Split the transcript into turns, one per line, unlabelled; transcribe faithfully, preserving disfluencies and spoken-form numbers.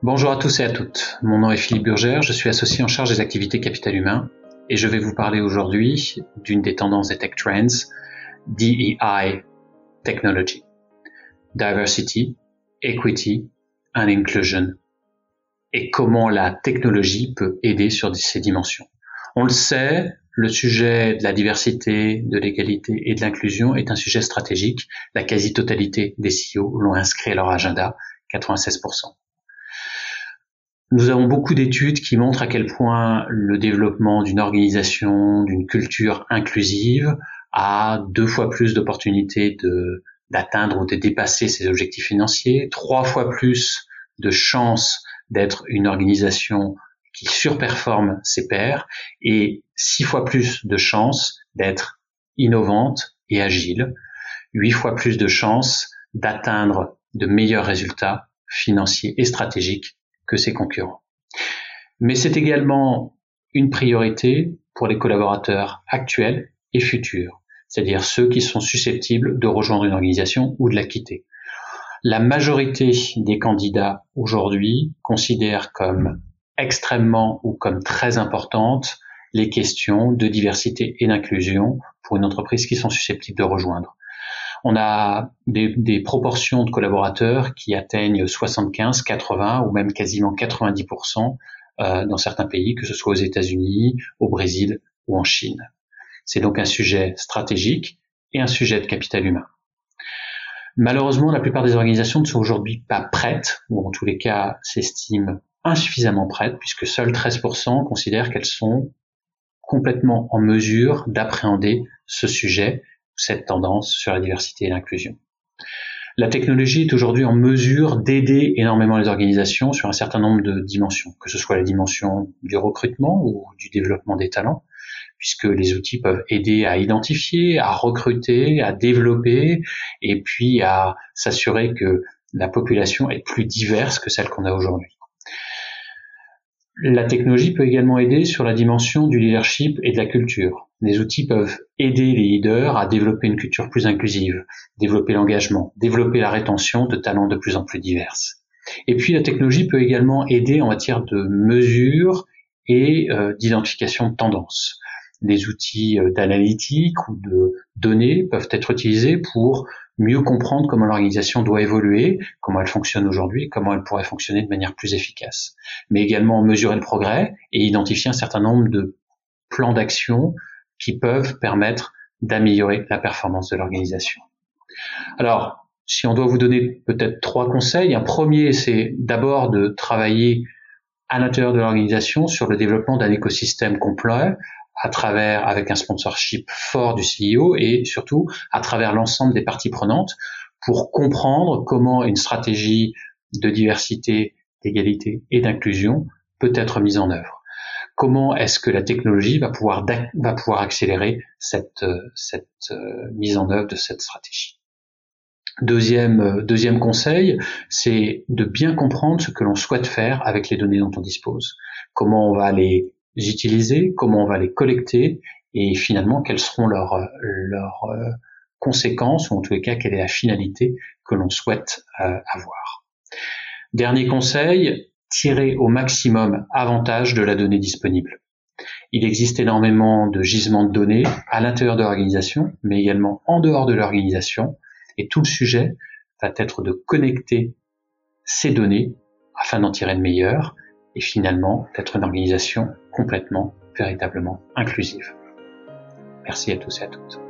Bonjour à tous et à toutes, mon nom est Philippe Burgère, je suis associé en charge des activités capital humain et je vais vous parler aujourd'hui d'une des tendances des Tech Trends, D E I Technology, Diversity, Equity and Inclusion, et comment la technologie peut aider sur ces dimensions. On le sait, le sujet de la diversité, de l'égalité et de l'inclusion est un sujet stratégique. La quasi-totalité des C E O l'ont inscrit à leur agenda, quatre-vingt-seize pour cent. Nous avons beaucoup d'études qui montrent à quel point le développement d'une organisation, d'une culture inclusive a deux fois plus d'opportunités de, d'atteindre ou de dépasser ses objectifs financiers, trois fois plus de chances d'être une organisation qui surperforme ses pairs et six fois plus de chances d'être innovante et agile, huit fois plus de chances d'atteindre de meilleurs résultats financiers et stratégiques que ses concurrents. Mais c'est également une priorité pour les collaborateurs actuels et futurs, c'est-à-dire ceux qui sont susceptibles de rejoindre une organisation ou de la quitter. La majorité des candidats aujourd'hui considèrent comme extrêmement ou comme très importantes les questions de diversité et d'inclusion pour une entreprise qui sont susceptibles de rejoindre. On a des, des proportions de collaborateurs qui atteignent soixante-quinze, quatre-vingts ou même quasiment quatre-vingt-dix pour cent euh, dans certains pays, que ce soit aux États-Unis, au Brésil ou en Chine. C'est donc un sujet stratégique et un sujet de capital humain. Malheureusement, la plupart des organisations ne sont aujourd'hui pas prêtes, ou en tous les cas s'estiment insuffisamment prêtes, puisque seuls treize pour cent considèrent qu'elles sont complètement en mesure d'appréhender ce sujet, cette tendance sur la diversité et l'inclusion. La technologie est aujourd'hui en mesure d'aider énormément les organisations sur un certain nombre de dimensions, que ce soit la dimension du recrutement ou du développement des talents, puisque les outils peuvent aider à identifier, à recruter, à développer, et puis à s'assurer que la population est plus diverse que celle qu'on a aujourd'hui. La technologie peut également aider sur la dimension du leadership et de la culture. Les outils peuvent aider les leaders à développer une culture plus inclusive, développer l'engagement, développer la rétention de talents de plus en plus diverses. Et puis la technologie peut également aider en matière de mesure et euh, d'identification de tendances. Les outils d'analytique ou de données peuvent être utilisés pour mieux comprendre comment l'organisation doit évoluer, comment elle fonctionne aujourd'hui, comment elle pourrait fonctionner de manière plus efficace. Mais également mesurer le progrès et identifier un certain nombre de plans d'action qui peuvent permettre d'améliorer la performance de l'organisation. Alors, si on doit vous donner peut-être trois conseils, un premier, c'est d'abord de travailler à l'intérieur de l'organisation sur le développement d'un écosystème complet, à travers, avec un sponsorship fort du C E O et surtout à travers l'ensemble des parties prenantes pour comprendre comment une stratégie de diversité, d'égalité et d'inclusion peut être mise en œuvre. Comment est-ce que la technologie va pouvoir, va pouvoir accélérer cette, cette mise en œuvre de cette stratégie. Deuxième, deuxième conseil, c'est de bien comprendre ce que l'on souhaite faire avec les données dont on dispose. Comment on va les utiliser, comment on va les collecter et finalement quelles seront leurs, leurs euh, conséquences ou en tous les cas quelle est la finalité que l'on souhaite euh, avoir. Dernier conseil, tirer au maximum avantage de la donnée disponible. Il existe énormément de gisements de données à l'intérieur de l'organisation mais également en dehors de l'organisation et tout le sujet va être de connecter ces données afin d'en tirer le meilleur et finalement d'être une organisation complètement, véritablement inclusive. Merci à tous et à toutes.